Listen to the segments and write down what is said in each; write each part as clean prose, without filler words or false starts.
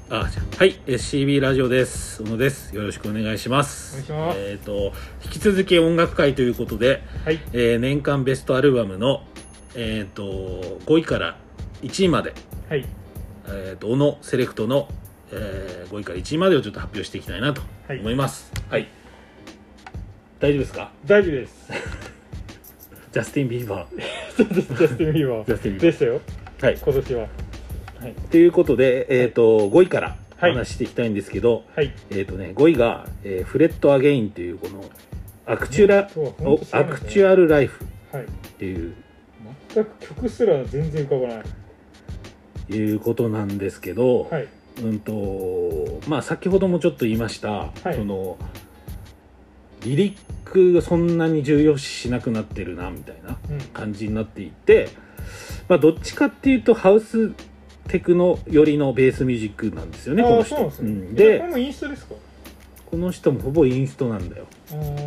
はい、SCB ラジオです。小野です。よろしくお願いします。 お願いします。 引き続き音楽会ということで、 はい。 年間ベストアルバムの、5位から1位まで、 はい。 小野セレクトの、5位から1位までをちょっと発表していきたいなと思います。はい。大丈夫ですか？ 大丈夫です。 ジャスティン・ビーバー。 そうです。ジャスティン・ビーバー。 ジャスティン・ビーバーでしたよ。 はい。 今年は。はい。 ということで、5位からお話ししていきたいんですけど、 はい。 5位が、フレット・アゲインというこのアクチュアル・ライフっていう、 全く曲すら全然浮かばないいうことなんですけど、 はい。 まあ先ほどもちょっと言いました、 はい、 そのリリックがそんなに重要視しなくなってるなみたいな感じになっていて、まあどっちかっていうとハウステクノ寄りのベースミュージックなんですよね、この人。 で、これもインストですか？ この人もほぼインストなんだよ。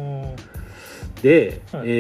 で、 はい、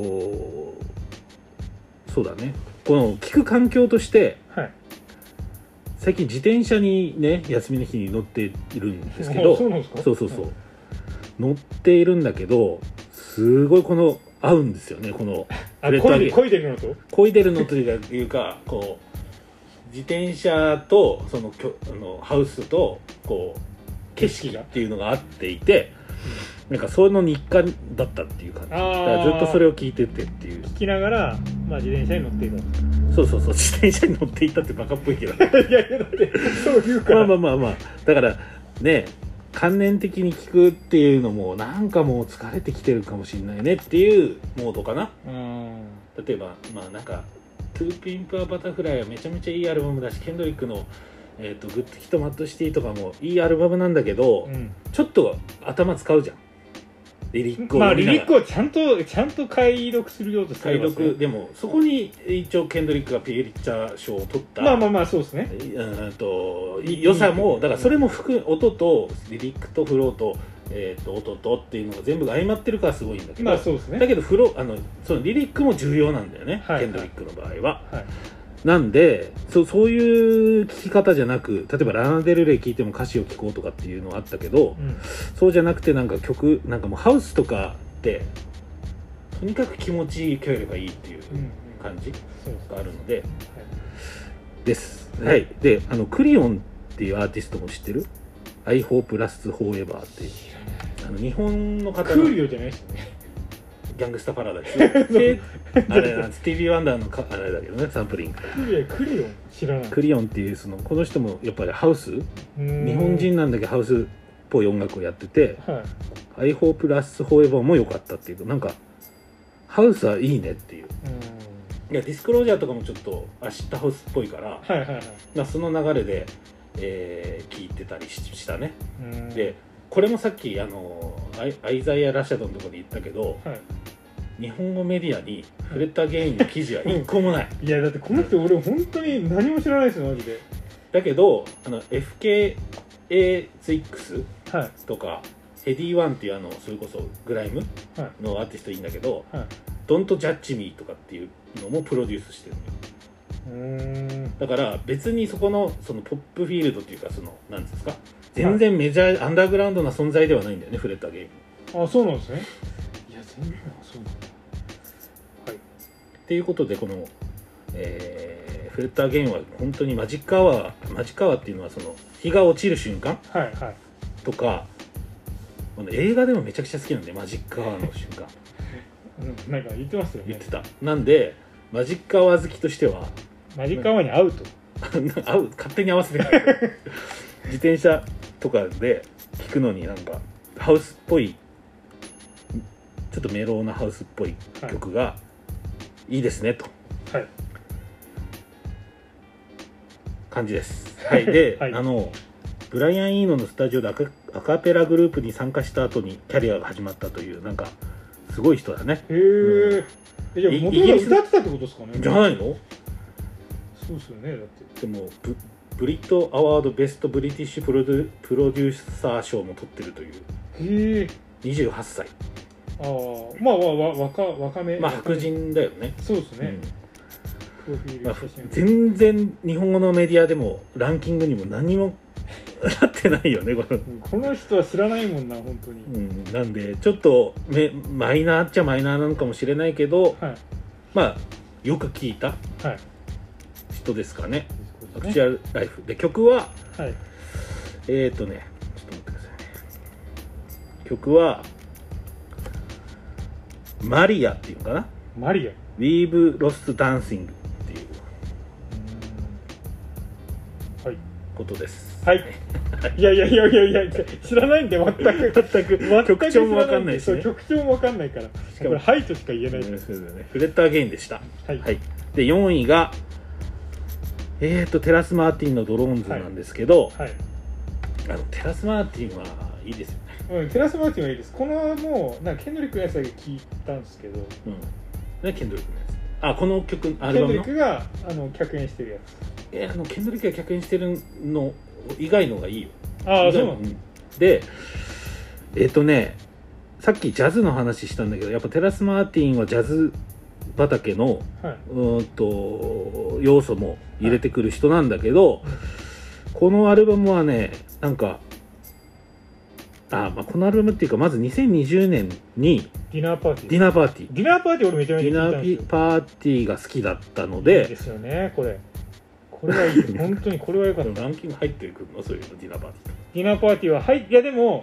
そうだね、この聴く環境として、 はい、 最近自転車にね、休みの日に乗っているんですけど、そうそうそう、はい、乗っているんだけど、すごいこの合うんですよね、このフレットアゲイン。漕いでるのというかこう自転車とそのハウスとこう景色っていうのが合っていて、なんかその日課だったっていう感じ。だからずっとそれを聞いててっていう。 聞きながら、まあ、自転車に乗っていた。 そう、自転車に乗っていたってバカっぽいけど。 いやだってそういうから。 まあだからね、観念的に聞くっていうのもなんかもう疲れてきてるかもしれないねっていうモードかな。例えばまあなんかトゥーピンプアバタフライはめちゃめちゃいいアルバムだし、ケンドリックのグッドヒットマッドシティとかもいいアルバムなんだけど、ちょっと頭使うじゃん、リリックを。 まあリリックをちゃんと解読するようとすれば、ね、 解読でもそこに一応ケンドリックがピエリッチャー賞を取った、 まあそうですね。 良さもだからそれも音とリリックとフローと、音とっていうのが全部相まってるからすごいんだけど、 まあそうですね。 だけどそのリリックも重要なんだよね、ケンドリックの場合は。 はい、 なんでそういう聴き方じゃなく、例えばラナ・デルレイ聴いても歌詞を聴こうとかっていうのはあったけど、そうじゃなくてなんか曲なんかもうハウスとかってとにかく気持ちよければいいっていう感じがあるので、です。はい。でクリオンっていうアーティストも知ってる？ I Hope Lasts Forever っていう日本の方のクーリオじゃないですよね。 ギャングスタパラダイスであれなんスティービー・ワンダーのあれだけどね、サンプリング。 クリオン知らない。 クリオンっていうこの人もやっぱりハウス、日本人なんだけどハウスっぽい音楽をやってて、はい、I Hope Lasts Forever も良かったっていう、なんかハウスはいいねっていう。いやディスクロージャーとかもちょっとアシッドハウスっぽいから、まあその流れで、聞いてたりしたね。でこれもさっきアイザイア・ラシャドンのところで言ったけど、日本語メディアにフレット・アゲインの記事は一個もない。 いやだってこの人俺本当に何も知らないですよマジで。 だけどFKA ツイックスとか、エディ・ワンっていうそれこそグライムのアーティストいいんだけど、ドント・ジャッジ・ミーとかっていうのもプロデュースしてるのよ。だから別にそこのポップフィールドっていうかなんですか、全然メジャーアンダーグラウンドな存在ではないんだよね、フレット・アゲイン。 あ、そうなんですね。いや全然そうなんだ。はい。 っていうことでこの、フレット・アゲインは本当にマジックアワーっていうのは日が落ちる瞬間とか、映画でもめちゃくちゃ好きなんで、マジックアワーの瞬間なんか言ってますよね。 言ってた。なんでマジックアワー好きとしてはマジックアワーに合うと勝手に合わせて自転車とかで聴くのになんかハウスっぽい、ちょっとメローなハウスっぽい曲がいいですねと、感じです。はい。で、ブライアン・イーノのスタジオでアカペラグループに参加した後にキャリアが始まったという、なんかすごい人だね。 へえ。じゃあ元々歌ってたってことですかね。 じゃないの？ そうですよね。だってでもブリットアワードベストブリティッシュプロデューサー賞も取ってるという。 へえ。 28歳。 ああ、まあ若め。 まあ白人だよね。 そうですね。 全然日本語のメディアでもランキングにも何もなってないよねこの人は知らないもんな本当に、 なんでちょっとマイナーっちゃマイナーなのかもしれないけど、まあよく聞いた人ですかね、アクチュアルライフで曲は、ちょっと待ってくださいね。曲はマリアっていうのかな、 マリア We've Lost Dancing っていうことです。 はい。いや知らないんで全く曲調も分かんないし、ね、 曲調も分かんないからこれはいとしか言えないです。 フレットアゲインでした。はい。で4位がテラス・マーティンのドローンズなんですけど、テラス・マーティンはいいですよね。 テラス・マーティンはいいです。このもうなんかケンドリックのやつだけ聞いたんですけど、 ね、ケンドリックのやつ、この曲アルバムのケンドリックが客演してるやつ、 ケンドリックが客演してるの以外のがいいよ。 そうなの。 でさっきジャズの話したんだけど、やっぱテラス・マーティンはジャズ畑の、要素も入れてくる人なんだけど、このアルバムはねなんかこのアルバムっていうか、まず2020年にディナーパーティー俺めちゃめちゃ聞いたんですよ。 ディナーパーティーが好きだったので、 いいですよねこれはいい本当にこれは良かった。 ランキング入ってくるのそういうのディナーパーティー。 ディナーパーティーはいやでも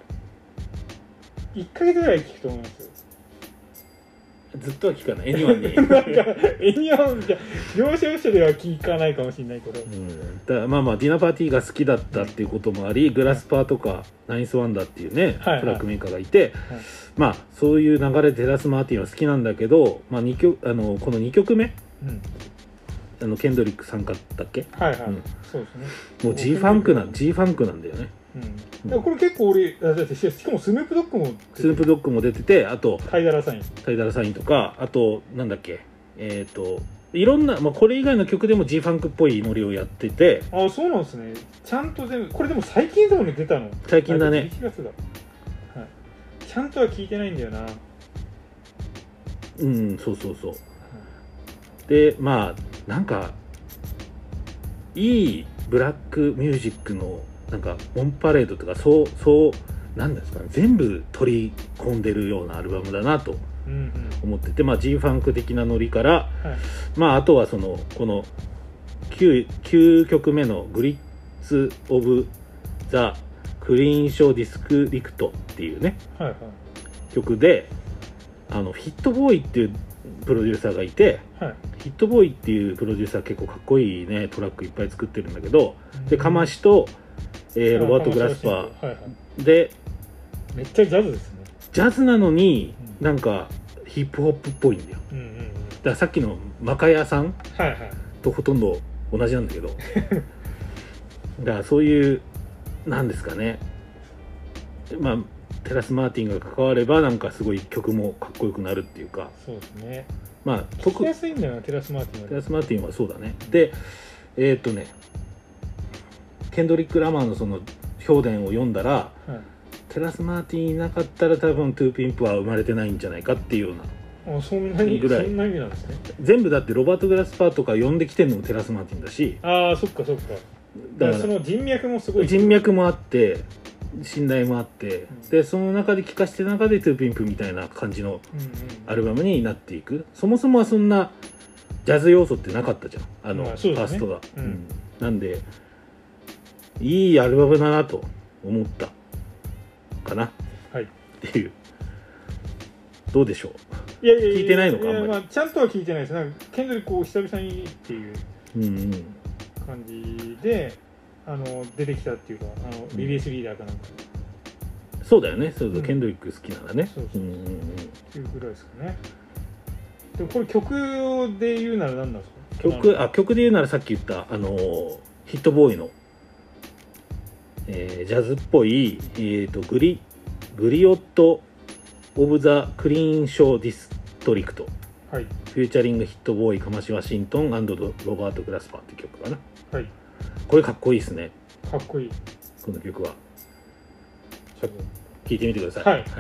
1ヶ月ぐらい聞くと思いますよ。 ずっとは聞かない。エニワンになんかエニワンじゃ要所要所では聞かないかもしれないけど、 だからまあディナーパーティーが好きだったっていうこともあり、グラスパーとかナインスワンダーっていうね、トラックメーカーがいて、まあそういう流れでテラス・マーティンは好きなんだけど、この2曲目、ケンドリック参加だっけ。そうですね。もう G ファンクなんだよね。 これ結構俺だってしかもスヌープドッグも出てて、あとタイダラサインとか、あとなんだっけ、いろんな、これ以外の曲でも G ファンクっぽいノリをやってて。 そうなんですね。ちゃんと全部これでも最近でもね出たの。 最近だね。 1月だ。ちゃんとは聞いてないんだよな。 そう。でまあなんかいいブラックミュージックのなんかオンパレードとかそうなんですかね、全部取り込んでるようなアルバムだなと思ってて、G ファンク的なノリから、あとはこの 9曲目のグリッツ・オブ・ザ・クリーンショー・ディスクリクトっていうね、曲でヒットボーイっていうプロデューサーがいて、ヒットボーイっていうプロデューサー結構かっこいいねトラックいっぱい作ってるんだけど、でカマシと、ロバート・グラスパーで、 めっちゃジャズですね。 ジャズなのになんかヒップホップっぽいんだよ。だからさっきのマカヤさんとほとんど同じなんだけどだからそういうなんですかね、テラス・マーティンが関わればなんかすごい曲もかっこよくなるっていうか。 そうですね。聞きやすいんだよなテラス・マーティンは。 テラス・マーティンはそうだね。でケンドリック・ラマーのその評伝を読んだら、テラス・マーティンいなかったら多分トゥーピンプは生まれてないんじゃないかっていうような。 そんなにぐらい。そんな意味なんですね。 全部だってロバート・グラスパーとか呼んできてるのもテラス・マーティンだし。 そっか。だからその人脈もすごい。 人脈もあって信頼もあって、でその中で聴かせてる中でトゥーピンプみたいな感じのアルバムになっていく。そもそもはそんなジャズ要素ってなかったじゃん、ファーストが。なんでいいアルバムだなと思ったかな、っていう。どうでしょう。聞いてないのか。あんまりちゃんとは聞いてないです。なんかケンドリックを久々にっていう感じで出てきたっていうか、BBS リーダーかなんか。 そうだよね。ケンドリック好きならね。っていうぐらいですかね。でもこれ曲で言うなら何なんですか。曲で言うならさっき言ったヒットボーイの、ジャズっぽいグリオット・オブ・ザ・クリーンショー・ディストリクト、フューチャリングヒットボーイカマシ・ワシントン&ロバート・グラスパーっていう曲かな。これかっこいいですね。 かっこいい。 この曲は聴いてみてください。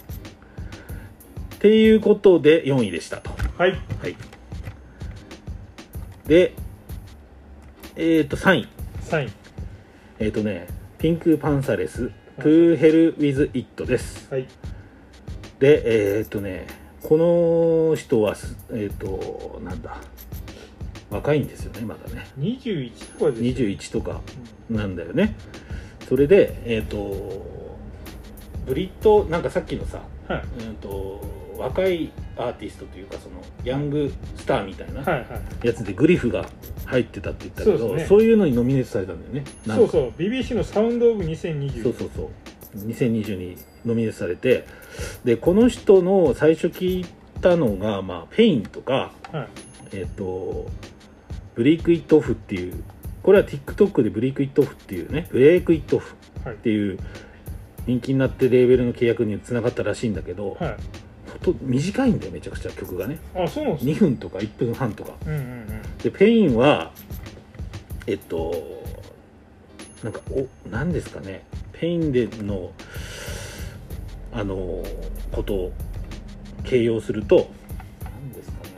っていうことで4位でしたと。で3位。 ピンクパンサレストゥーヘルウィズイットです。 はい。 でこの人はなんだ若いんですよね、まだね。 21とかですよね。 21とかなんだよね。それでブリッドなんかさっきのさ、 はい、 若いアーティストというかそのヤングスターみたいなはいはいやつでグリフが入ってたって言ったけど、 そうですね、 そういうのにノミネートされたんだよね。 そうそう BBC のサウンドオブ2020、 そう2020にノミネートされて、でこの人の最初聞いたのが、まあ、ペインとか、 はい、 ブレイクイットオフっていう、これは TikTok でブレイクイットオフっていうね、ブレイクイットオフっていう人気になってレーベルの契約につながったらしいんだけど、はい、短いんだよめちゃくちゃ曲がね。 あ、そうなんですか。 2分とか1分半とか、 うんうんうん、 でペインはなんか何ですかね、ペインでのことを形容すると何ですかね、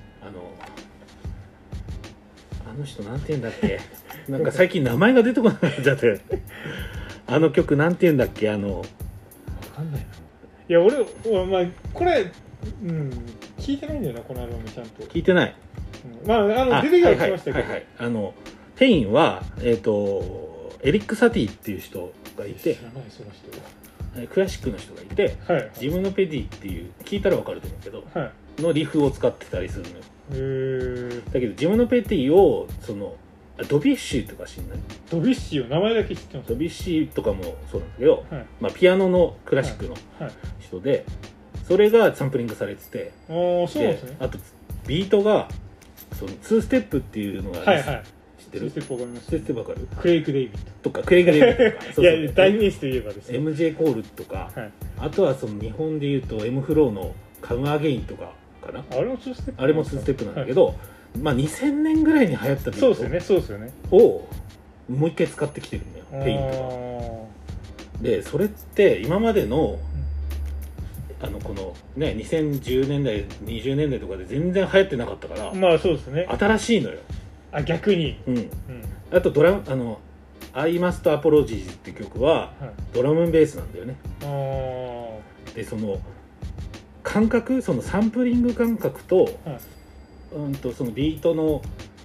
あの人なんて言うんだっけなんか最近名前が出てこなくなっちゃってあの曲なんて言うんだっけ、 分かんないな。いや俺まあこれ、聞いてないんだよな、このアルバムちゃんと聞いてない、 まあ出てきは来ましたけど、ペインはエリック・サティっていう人がいて、 知らないその人クラシックの人がいて、はい、ジムノペディっていう聞いたら分かると思うけど、はい、のリフを使ってたりするのよ。だけどジムノペディをドビュッシーとか知んない？ ドビュッシーを名前だけ知ってます。 ドビュッシーとかもそうなんだけど、はい、まあ、ピアノのクラシックの人で、それがサンプリングされてて、 そうですね。 あとビートが2ステップっていうのがあるんです。 はいはい、知ってる？2ステップわかります。 2ステップわかる？ クレイグ・デイビッドとか、クレイグ・デイビッドとかそうそう、いや代名詞といえばですね、 MJ コールとか、はい、あとは日本でいうと M フローのカムアゲインとかかな。 あれも2ステップ？ あれも2ステップなんだけど、はい、まあ2000年ぐらいに流行ったビートをもう一回使ってきてるんだよ、ペイントが。でそれって今までのこのね2010年代20年代とかで全然流行ってなかったから、 まあそうですね、 新しいのよ。 あ、逆に、 あとアイマストアポロジーズって曲はドラムンベースなんだよね。で感覚、サンプリング感覚と、そのビートの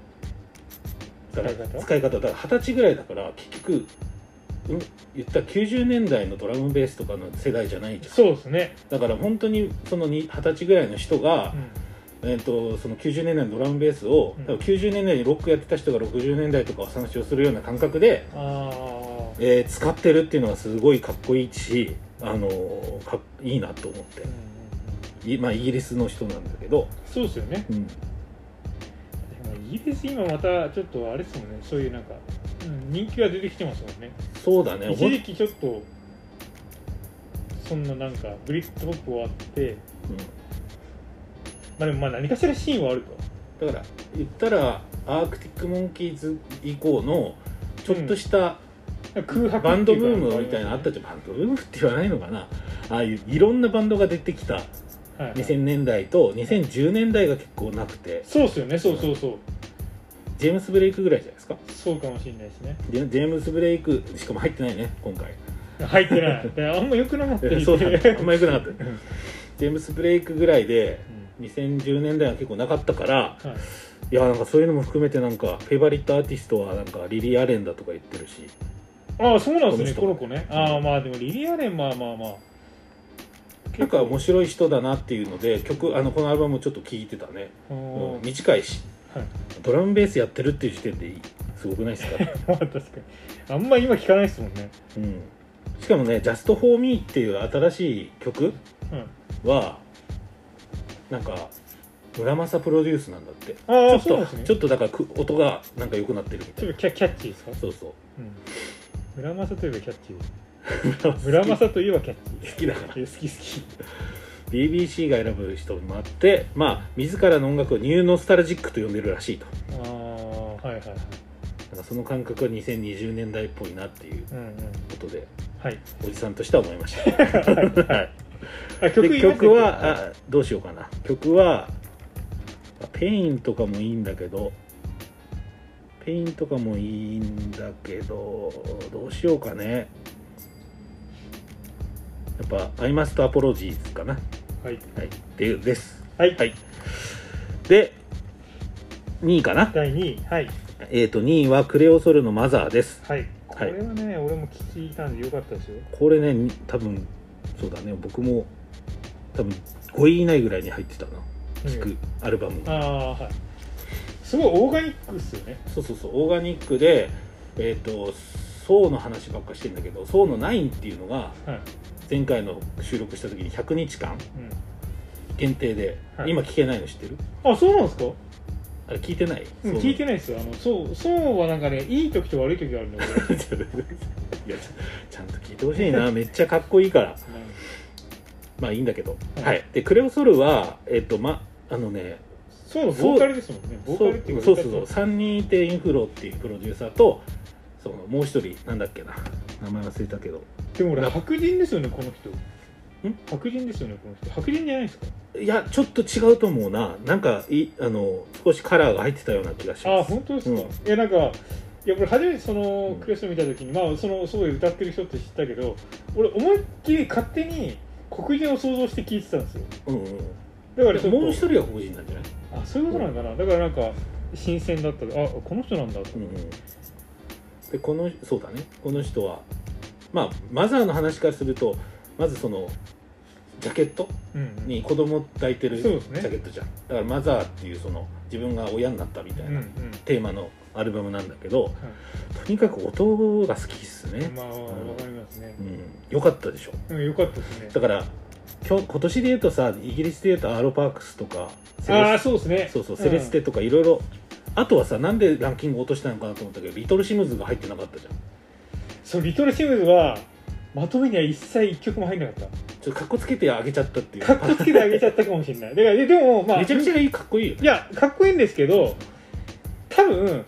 使い方だから20歳ぐらいだから結局、言ったら90年代のドラムベースとかの世代じゃないじゃん。 そうですね。 だから本当に20歳ぐらいの人が、その90年代のドラムベースを、多分90年代にロックやってた人が60年代とかを参照するような感覚で、使ってるっていうのはすごいかっこいいし、いいなと思って、まあイギリスの人なんだけど。 そうですよね、イギリス今またちょっとあれですもんね、そういうなんか、人気が出てきてますもんね。 そうだね。 一時期ちょっとそんななんかブリッドポップ終わって、まあでもまあ何かしらシーンはあると。だから言ったらアークティックモンキーズ以降のちょっとした、 空白バンドブームみたいなのあったじゃん。バンドブームって言わないのかな、ああいういろんなバンドが出てきた2000年代と2010年代が結構なくて。 そうですよね。そうジェームス・ブレイクぐらいじゃないですか。 そうかもしれないですね。 ジェームス・ブレイクしかも入ってないね今回。 入ってないあんま良くなかったそうだね、あんま良くなかったジェームス・ブレイクぐらいで2010年代は結構なかったから、いやなんかそういうのも含めてなんかフェイバリットアーティストはなんかリリー・アレンだとか言ってるし。 ああ、そうなんですね、この子ね。ああ、まあでもリリー・アレンまあなんか面白い人だなっていうのでこのアルバムちょっと聴いてたね。短いし、ドラムベースやってるっていう時点ですごくないですかまあ確かにあんま今聞かないですもんね。 しかもね「Just for Me」っていう新しい曲は、なんか村正プロデュースなんだって。ちょっとだから音がなんか良くなってるみたいな。 ちょっとキャッチーですか。 そうそう、 村正といえばキャッチー村正といえばキャッチー好きだから。 好き BBC が選ぶ人もあって、まあ自らの音楽をニューノスタルジックと呼んでるらしいと。 はいはいはい。 なんかその感覚は2020年代っぽいなっていうことで、おじさんとしては思いました曲はどうしようかな。曲はペインとかもいいんだけど、 ペインとかもいいんだけどどうしようかね。やっぱアイマストアポロジーズかな。 はい、 はい、っていうです。 はい、 はい、で2位かな。 第2位、はい、 2位はクレオソルのマザーです。 はい、これはね、俺も聞いたんでよかったですよ。 これね、多分そうだね、僕も多分5位以内ぐらいに入ってたな、聞くアルバム。 ああ、はい。すごいオーガニックっすよね。 そうそうそう、オーガニックでソーの話ばっかしてるんだけど、ソーの9っていうのが、はい、前回の収録した時に100日間限定で、はい、今聞けないの知ってる？ あ、そうなんですか？ あれ聞いてない？ 聞いてないですよ。そうはなんかね、いい時と悪い時があるんだけどいやちゃんと聞いてほしいなめっちゃかっこいいからまあいいんだけど、はい、はい、でクレオソルはそうのボーカルですもんね。ボーカルっていうか、 そう3人いてインフロっていうプロデューサーと、そのもう一人なんだっけな、名前忘れたけど、 でも俺白人ですよねこの人。白人ですよねこの人。白人じゃないですか？ いやちょっと違うと思うな。なんか少しカラーが入ってたような気がします。 あ、本当ですか？いやなんか、いや俺初めてそのクレスを見た時に、まあそういう歌ってる人って知ったけど、俺思いっきり勝手に黒人を想像して聴いてたんですよ。 だからもう一人は黒人なんじゃない？ あ、そういうことなんかな。だからなんか新鮮だった。あ、この人なんだと。 でそうだね、この人はまあマザーの話からすると、まずそのジャケットに子供抱いてるジャケットじゃん、だからマザーっていうその自分が親になったみたいなテーマのアルバムなんだけど、とにかく音が好きっすね。 まあわかりますね。 よかったでしょ。 よかったですね。 だから今年で言うとさ、イギリスで言うとアーロパークスとか、 そうですね。 そうセレステとかいろいろ、あとはさ、なんでランキング落としたのかなと思ったけど、リトルシムズが入ってなかったじゃん。 そう、リトルシムズはまとめには一切一曲も入んなかった。 ちょっとカッコつけてあげちゃったっていう。 カッコつけてあげちゃったかもしれない。だからでもまあめちゃくちゃかっこいいよね。 いやかっこいいんですけど、多分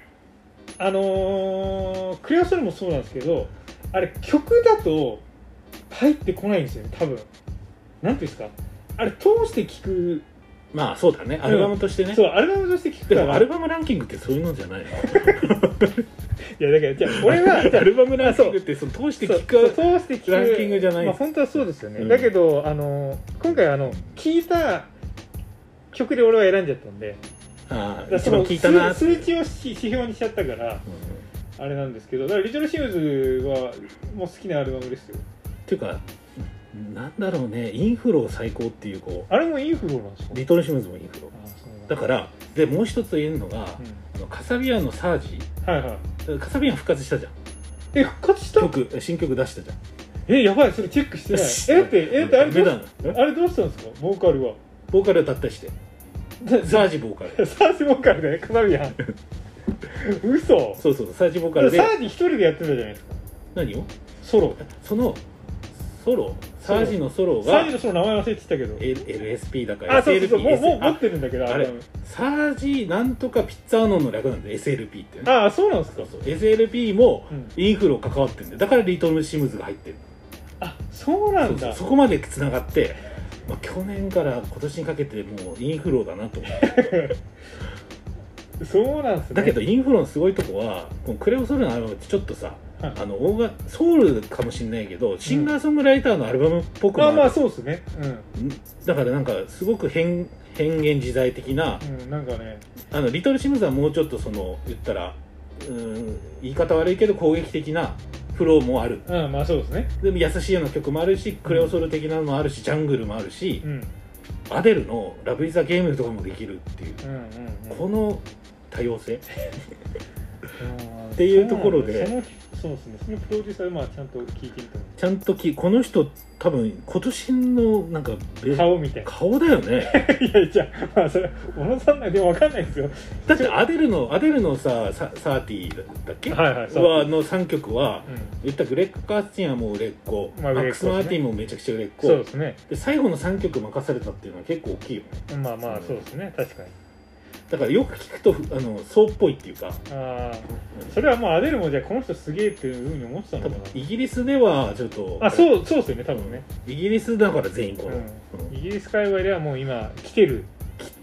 クレオソルもそうなんですけど、あれ曲だと入ってこないんですよね多分。なんていうんですか、あれ通して聴く。 まあそうだね、アルバムとしてね、 そうアルバムとして聴くから。 でもアルバムランキングってそういうのじゃないのいやだからじゃあ俺はアルバムランキングってその通して聴くランキングじゃない。 まあ本当はそうですよね、だけど今回聴いた曲で俺は選んじゃったんで、 一番聴いたなって数値を指標にしちゃったから、あれなんですけど、だからリトルシムズはもう好きなアルバムですよ。 っていうかなんだろうね、インフロ最高っていうあれもインフロなんですか？ リトルシムズもインフロだから。でもう一つ言えるのが、カサビアンのサージ、カサビアン復活したじゃん。 復活した？ 新曲出したじゃん。 やばい、それチェックしてない。あれどうしたんですか？ボーカル歌ったりしてサージボーカルサージボーカルでカサビアン嘘。 そうサージボーカルでサージ一人でやってたじゃないですか。 何をソロサージのソロが、 サージのソロ名前忘れてたけど LSP だから。 そうもう持ってるんだけど、 あれサージなんとかピッツァーノンの略なんで SLP ってね。 そうなんですか。 SLP もインフロ関わってるんで、だからリトルシムズが入ってる。 そうなんだ。 そこまでつながって、去年から今年にかけてもうインフロだなと思ってそうなんですね。 だけどインフロのすごいとこは、このクレオソルのアルバムってちょっとさ、ソウルかもしれないけど、シンガーソングライターのアルバムっぽくもある。 まあそうですね、 だからなんかすごく変幻自在的な、 なんかね、 リトルシムズはもうちょっと言ったら言い方悪いけど攻撃的なフローもある。 まあそうですね。 でも優しいような曲もあるし、クレオソル的なのもあるし、ジャングルもあるし、アデルのラブイザゲームとかもできるっていう、この多様性っていうところで、 そうですね、そのプロデューサーはちゃんと聞いてみた。 ちゃんとこの人多分今年のなんか顔みたいな顔だよねいやじゃあ、まあそれ小野さんでも分かんないですよ。 だってアデルのさサーティだっけ、の3曲は、言ったグレッグ・カースティンはもう売れっ子、マックス・マーティンもめちゃくちゃ売れっ子。 そうですね。 で最後の3曲任されたっていうのは結構大きいよね。 まあそうですね、確かに。 だからよく聞くとそうっぽいっていうか、 それはもうアデルもじゃあこの人すげえっていうふうに思ってたのかな。 イギリスではちょっとそうですよね、多分ね。 イギリスだから全員この、 イギリス界隈ではもう今来てる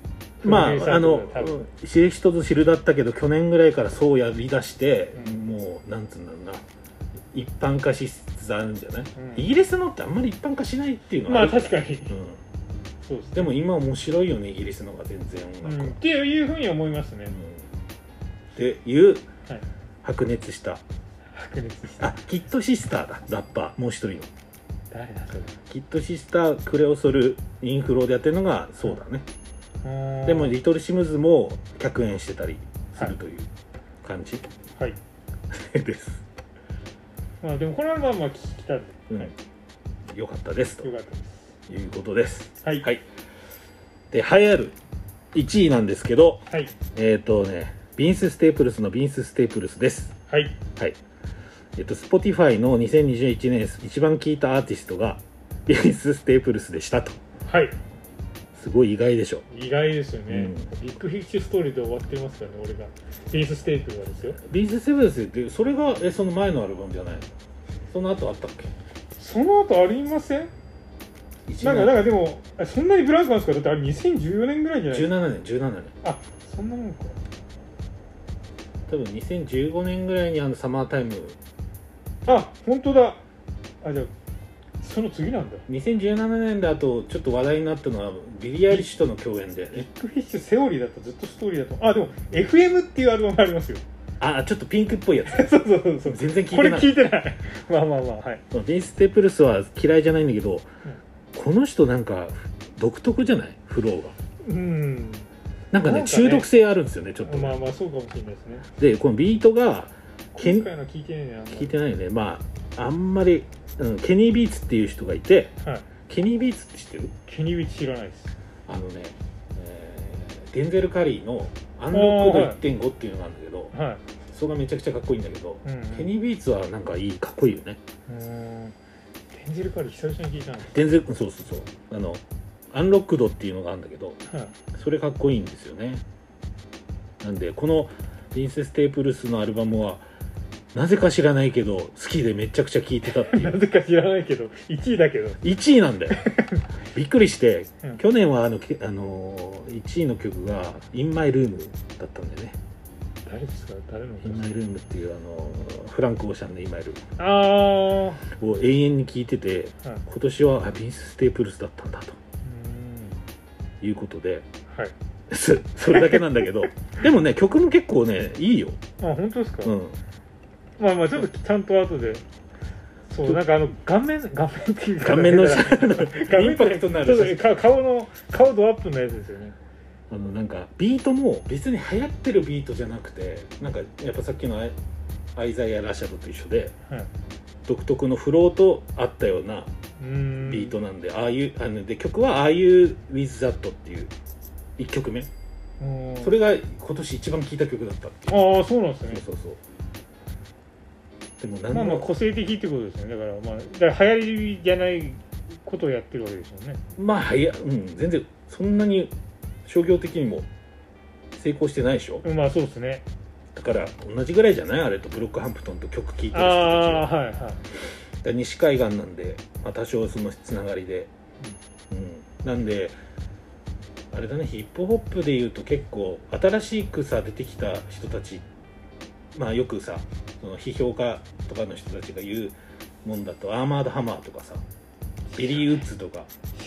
まあ知る人ぞ知るだったけど去年ぐらいからそうやりだして、もうなんつうんだろうな、一般化しつつあるんじゃない、イギリスのってあんまり一般化しないっていうのはある。 まあ確かに、 そうですね。でも今面白いよね、イギリスの方が全然音楽、 っていうふうに思いますね。 っていう白熱したキッドシスターだ、ラッパーもう一人の。 誰だそれ。 キッドシスタークレオソルインフロでやってるのがそうだね。でもリトルシムズも客演してたりするという感じ、 はいです。 まあでもこれはまあまあ聞きたんで、 よかったですということです。 はい、 で栄えある1位なんですけど、 はい、 ビンス・ステープルスのビンス・ステープルスです。 はい、 Spotify の2021年一番聴いたアーティストがビンス・ステープルスでしたと。 はい。 すごい意外でしょ。 意外ですよね。ビッグフィッシュストーリーで終わってますからね、俺が。ビンス・ステープルがですよ。 ビンス・ステープルスってそれがその前のアルバムじゃないの？その後あったっけ？ その後ありません？なんかでもそんなにブランクなんですか？だってあれ2014年ぐらいじゃないですか。 17年。 あ、そんなもんか。 多分2015年ぐらいにサマータイム。 あ、本当だ。あ、じゃあその次なんだ。 2017年であとちょっと話題になったのはビリー・アイリッシュとの共演で。 ビッグフィッシュセオリーだとずっとストーリーだと。あ、でも FM っていうアルバムありますよ。 あ、ちょっとピンクっぽいやつ。 そう全然聞いてない。 これ聞いてない。まあはい。 ビンス・ステープルスは嫌いじゃないんだけど、この人なんか独特じゃない？フローが。なんかね、中毒性あるんですよね、ちょっと。 まあそうかもしれないですね。 で、このビートが今回の聞いてないね。 聞いてないよね。まああんまり、ケニー・ビーツっていう人がいて、ケニー・ビーツって知ってる？ ケニー・ビーツ知らないです。 デンゼル・カリーのアンロックド 1.5 っていうのがあるんだけど、それがめちゃくちゃかっこいいんだけど、ケニー・ビーツはなんかかっこいいよね。 デンゼル・カリー久々に聞いたんです。 デンゼル、そうアンロックドっていうのがあるんだけど、それかっこいいんですよね。なんでこのビンス・ステープルスのアルバムはなぜか知らないけど好きでめちゃくちゃ聴いてたっていう。 なぜか知らないけど1位だけど 1位なんだよ。びっくりして、去年は1位の曲が「In My Room」だったんだよね。 誰ですか？誰の？ In My Room っていうフランク・オーシャンの「In My Room」を永遠に聴いてて、今年はビンス・ステープルスだったんだということで、それだけなんだけどでもね、曲も結構ねいいよ。 あ、本当ですか？まあちょっとちゃんと後で。そう、なんか顔面っていうか、 顔面のインパクトになる顔ドアップのやつですよね。 なんかビートも別に流行ってるビートじゃなくて、なんかやっぱさっきのアイザイア・ラシャドと一緒で、独特のフローとあったようなビートなんで、で曲は「Are You With That」っていう1曲目、それが今年一番聴いた曲だったっていう。 ああ、そうなんですね。 そうでもまあ個性的ってことですよね。だから流行りじゃないことをやってるわけですよね。 まあ全然そんなに商業的にも成功してないでしょ。 まあそうですね。 だから同じぐらいじゃない、あれとブロックハンプトンと曲聴いてる人たちは。西海岸なんで、多少そのつながりで、なんであれだね、ヒップホップでいうと結構新しく出てきた人たち、よくその批評家とかの人たちが言うもんだと、アーマードハマーとかビリー・ウッズとか、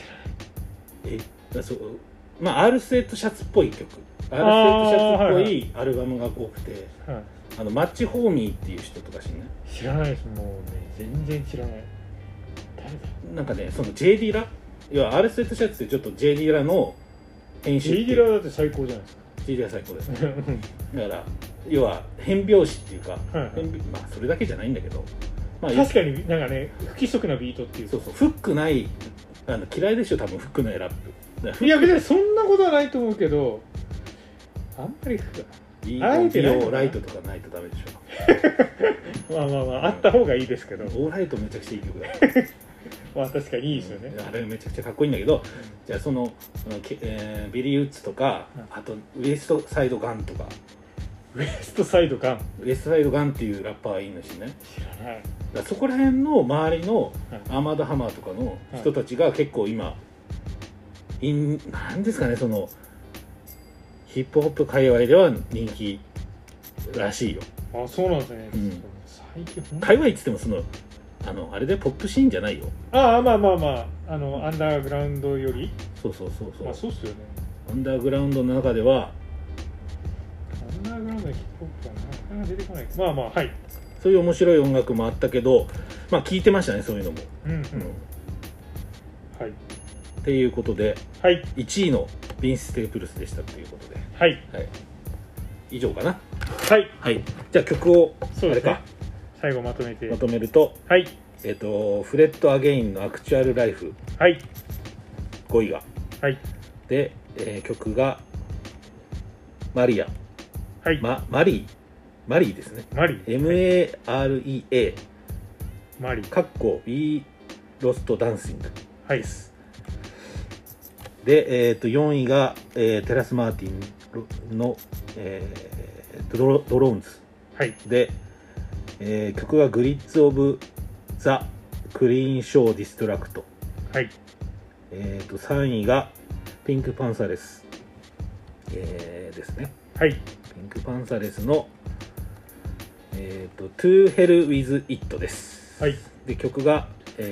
アールスエットシャツっぽい曲、アールスエットシャツっぽいアルバムが多くて、マッチ・ホーミーっていう人とか知らないです。もうね、全然知らない。誰だ？ なんかね、その J.D. ラ、要はアールスエットシャツってちょっと J.D. ラの編集。 J.D. ラだって最高じゃないですか。 J.D. ラ最高ですね。だから要は変拍子っていうか、それだけじゃないんだけど、 確かになんかね、不規則なビートっていう。 そうフックない、嫌いでしょ多分フックないラップ。 いや別にそんなことはないと思うけど、あんまりあえてライトとかないとダメでしょ。 あった方がいいですけど。 オーライトめちゃくちゃいい曲だ。 確かにいいですよね。 あれめちゃくちゃかっこいいんだけど、じゃあビリー・ウッズとか、あとウエストサイドガンとか。 ウエストサイドガンっていうラッパーがいるんですね。 知らない。 そこら辺の周りのアーマードハマーとかの人たちが結構今、なんですかね、 ヒップホップ界隈では人気らしいよ。 あ、そうなんですね、 うん、 最近界隈っつってもあれでポップシーンじゃないよ。 ああ、まあまあまあ、アンダーグラウンドより、 そうそうそうそう、 まあそうっすよね。 アンダーグラウンドの中ではアンダーグラウンドのヒップホップはなかなか出てこない。まあまあ、はい、 そういう面白い音楽もあったけど、まあ聞いてましたね、そういうのも。 うんうん、 うん、 はい。 っていうことで、 はい、 1位のビンス・ステープルスでしたということで、 はい、 はい、以上かな。 はい、 はい、じゃあ曲をそうですね、 あれか最後まとめて、 まとめると、 はい、 フレッド・アゲインのアクチュアル・ライフ、 はい、 5位が、 はい、 で、曲がマリア、 はい、 マリーですね。 マリー、 MAREA、 マリー、 かっこ We Lost Dancing はい、 です。で、4位が、テラス・マーティンの、ドローンズ、 はい、 で、曲がグリッツ・オブ・ザ・クリーン・ショー・ディストラクト、 はい、 3位がピンク・パンサレス、ですね。 はい、 ピンク・パンサレスの、To Hell with It です。 はい、 で、曲が、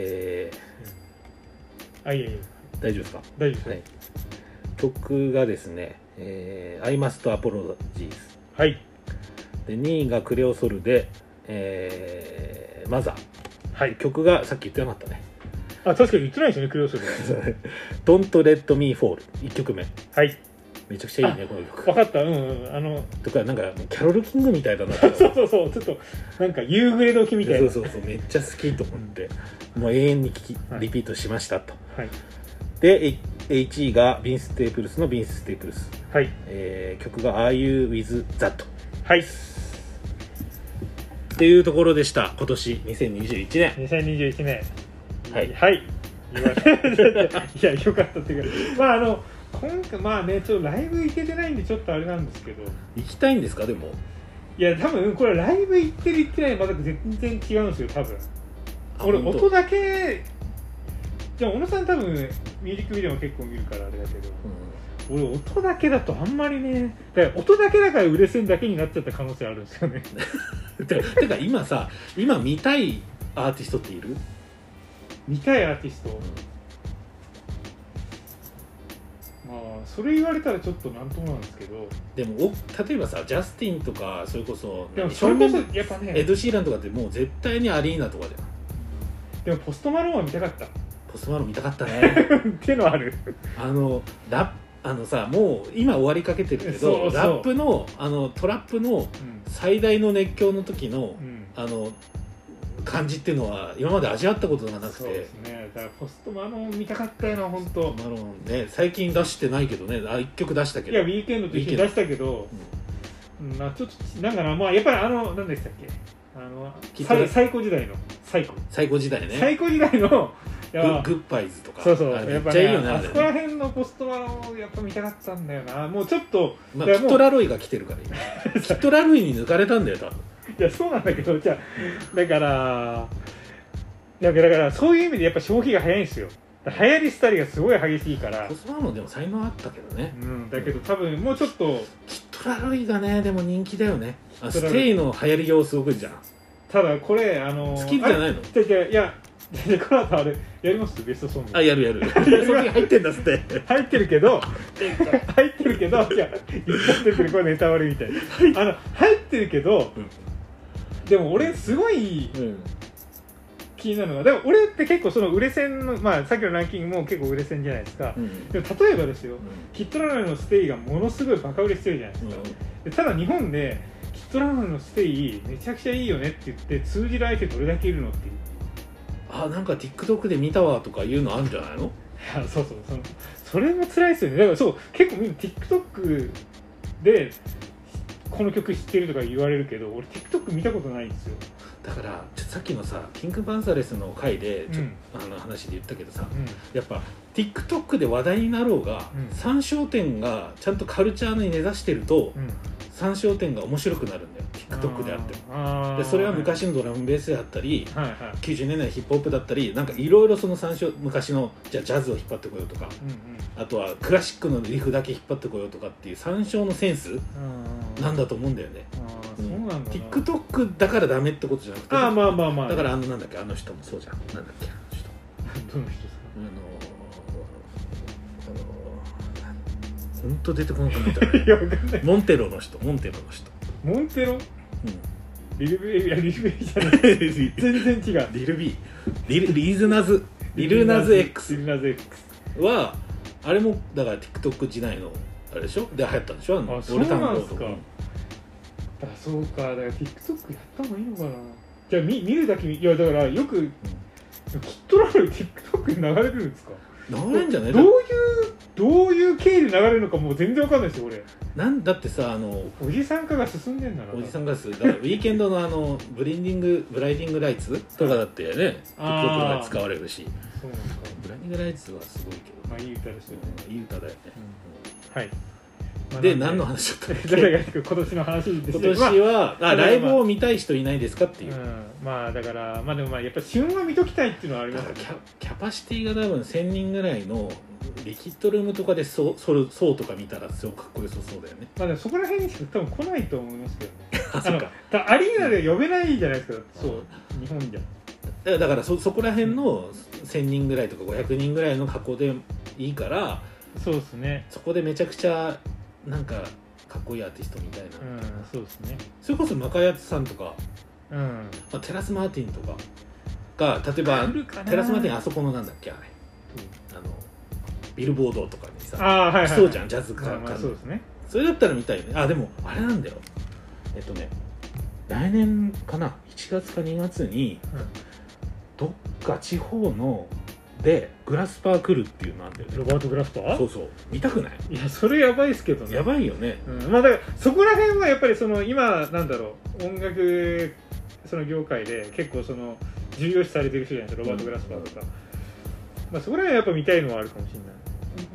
はい、 大丈夫ですか？ 大丈夫です、 はい、曲がですね、I Must Apologize、 はい、 で2位がクレオソルで、マザー、 はい、 曲がさっき言ってなかったね。 あ、確かに言ってないですよね、クレオソル。 Don't Let Me Fall、 1曲目、 はい、 めちゃくちゃいいねこの曲。 分かった、うん、うん、 とかなんかキャロル・キングみたいだなそうそうそう、ちょっとなんか夕暮れ時みたいな。 そうめっちゃ好きと思って、もう永遠にリピートしましたと。 はい、 で1位がビンス・ステープルスのビンス・ステープルス、 はい、 曲が Are You With That、 はい、 っていうところでした。今年2021年 2021年、 はいはい、言われいや、よかったっていうか、まあ今回まあね、ちょっとライブ行けてないんでちょっとあれなんですけど、 行きたいんですか？でもいや、多分これライブ行ってる行ってないまた全然違うんですよ、多分。俺音だけ、じゃあ小野さん多分ミュージックビデオも結構見るからあれだけど、俺音だけだとあんまりね、だから音だけだから売れ線だけになっちゃった可能性あるんですよね。 てか今見たいアーティストっている？ 見たいアーティスト、まあそれ言われたらちょっとなんともなんですけど、 でも例えばさジャスティンとかそれこそでもそれこそやっぱね、 エド・シーランとかってもう絶対にアリーナとかじゃん。 でもポストマローンは見たかった。 ポストマロン見たかったねっていうのはある。 さもう今終わりかけてるけど、ラップのトラップの最大の熱狂の時の、感じっていうのは今まで味わったことがなくて。 そうですね。だからポストマロン見たかったよな、本当。 ポストマロンね、最近出してないけどね。1曲出したけど。 いやウィークエンドと一緒に出したけど、まあちょっとなんかな、まあやっぱり何でしたっけ、最高時代の最高時代ね。最高時代のグッバイズとか。 そうめっちゃいいよね。 あそこら辺のポストマロンをやっぱ見たかったんだよな。もうちょっと、 キットラロイが来てるから今。キットラロイに抜かれたんだよ多分。 いやそうなんだけど、じゃあだからそういう意味でやっぱ消費が早いんですよ。流行り廃りがすごい激しいから。 ポストマロンでも才能あったけどね。 だけど多分もうちょっとキットラロイがねでも人気だよね。ステイの流行りようすごくじゃん。 ただこれ好きじゃないの？ いやこの後あれやりますベストソング。 あ、やるそこに入ってんだって入ってるけどじゃあ言っちゃってるけどこれネタ悪いみたいな入ってるけど、でも俺すごい気になるのが、でも俺って結構その売れ線の、まあさっきのランキングも結構売れ線じゃないですか、でも例えばですよ、キットラロイのステイがものすごいバカ売れしてるじゃないですか、でただ日本でキットラロイのステイめちゃくちゃいいよねって言って通じる相手どれだけいるのっていう。 なんか TikTok で見たわとかいうのあるんじゃないの？ そうそれも辛いですよね。だからそう結構みんな TikTok でこの曲知ってるとか言われるけど、俺 TikTok 見たことないんですよ。 だからさっきのさピンクパンサレスの回で話で言ったけどさ、やっぱ TikTok で話題になろうが、参照点がちゃんとカルチャーに根ざしてると、参照点が面白くなるんだよ。 TikTok であっても。でそれは昔のドラムベースであったり、はいはい、90年代ヒップホップだったり、なんかいろいろその参照、昔のじゃあジャズを引っ張ってこようとか、うんうん、あとはクラシックのリフだけ引っ張ってこようとかっていう参照のセンスなんだと思うんだよね。 そうなんだな。 TikTok だからダメってことじゃなくて、 まあまあまあまあ、 だからなんだっけ、あの人もそうじゃん、なんだっけ、あの人どの人ですか。 本当出てこなくなったいやわかんない。モンテロの人。 モンテロ、うん、リルベイじゃない全然違う。 リルナズ X はあれもだから TikTok 時代のあれでしょ、で流行ったんでしょ、 あそうなんですか。あそうか、だから TikTok やった方がいいのかな。じゃあ見るだけいやだからよく、きっとラル TikTok に流れるんですか。 流れるんじゃない。 どういう経緯で流れるのかもう全然わかんないですよ俺。 だってさ、 おじさん化が進んでんだな。 おじさんがだからウィーケンドのブライディングライツとかだってね TikTok が使われるし。 そうなんかブライディングライツはすごいけど、 まあいい歌ですよね。 いい歌だよね、 うん、はい。 で何の話だったっけ。 誰が今年の話ですね。今年は、ライブを見たい人いないですかっていう、 まあだからまあでもまあやっぱ旬は見ときたいっていうのはありますよね。 キャパシティが多分1000人ぐらいのリキッドルームとかでそうとか見たらすごくかっこよさそうだよね。 まあでもそこら辺にしか多分来ないと思いますけどね。アリーナで呼べないじゃないですか。そう日本じゃ。 だからそこら辺の1000人ぐらいとか500人ぐらいの箱でいいから、 そうですね。 そこでめちゃくちゃなんかかっこいいアーティストみたいな、 そうですね。 それこそマカヤツさんとか、テラス・マーティンとかが例えばテラス・マーティンあそこのなんだっけあれ、ビルボードとかにさ、来そうじゃん、ジャズか、 そうですね。 それだったら見たいよね。あでもあれなんだよ、来年かな、1月か2月に、どっか地方のでグラスパー来るっていうのなんだよね。 ロバート・グラスパー。 そうそう、見たくない？ いやそれやばいですけどね。 やばいよね、 まあだからそこら辺はやっぱりその今なんだろう、音楽その業界で結構その重要視されてる人じゃないですか、ロバート・グラスパーとか、まあそこら辺はやっぱ見たいのはあるかもしれない。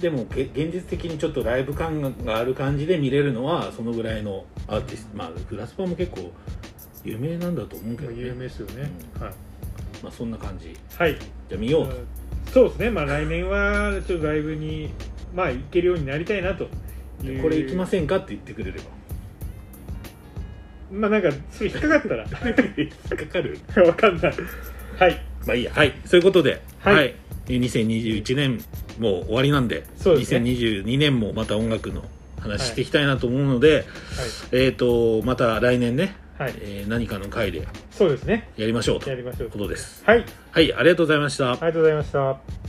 でも現実的にちょっとライブ感がある感じで見れるのはそのぐらいのアーティスト、まあグラスパーも結構有名なんだと思うけどね。 有名ですよね、はい。 まあそんな感じ。 はい。 じゃあ見ようと。 そうですね。まあ来年はちょっとライブにまあ行けるようになりたいなという。 これ行きませんかって言ってくれれば。 まあなんかそれ引っかかったら引っかかる。 わかんない。はい。 まあいいや。はい。そういうことで、はい。2021年もう終わりなんで、 そうですね、 2022年もまた音楽の話していきたいなと思うので、また来年ね、何かの回でそうですね、 やりましょうということです。 はい、 はい、ありがとうございました。 ありがとうございました。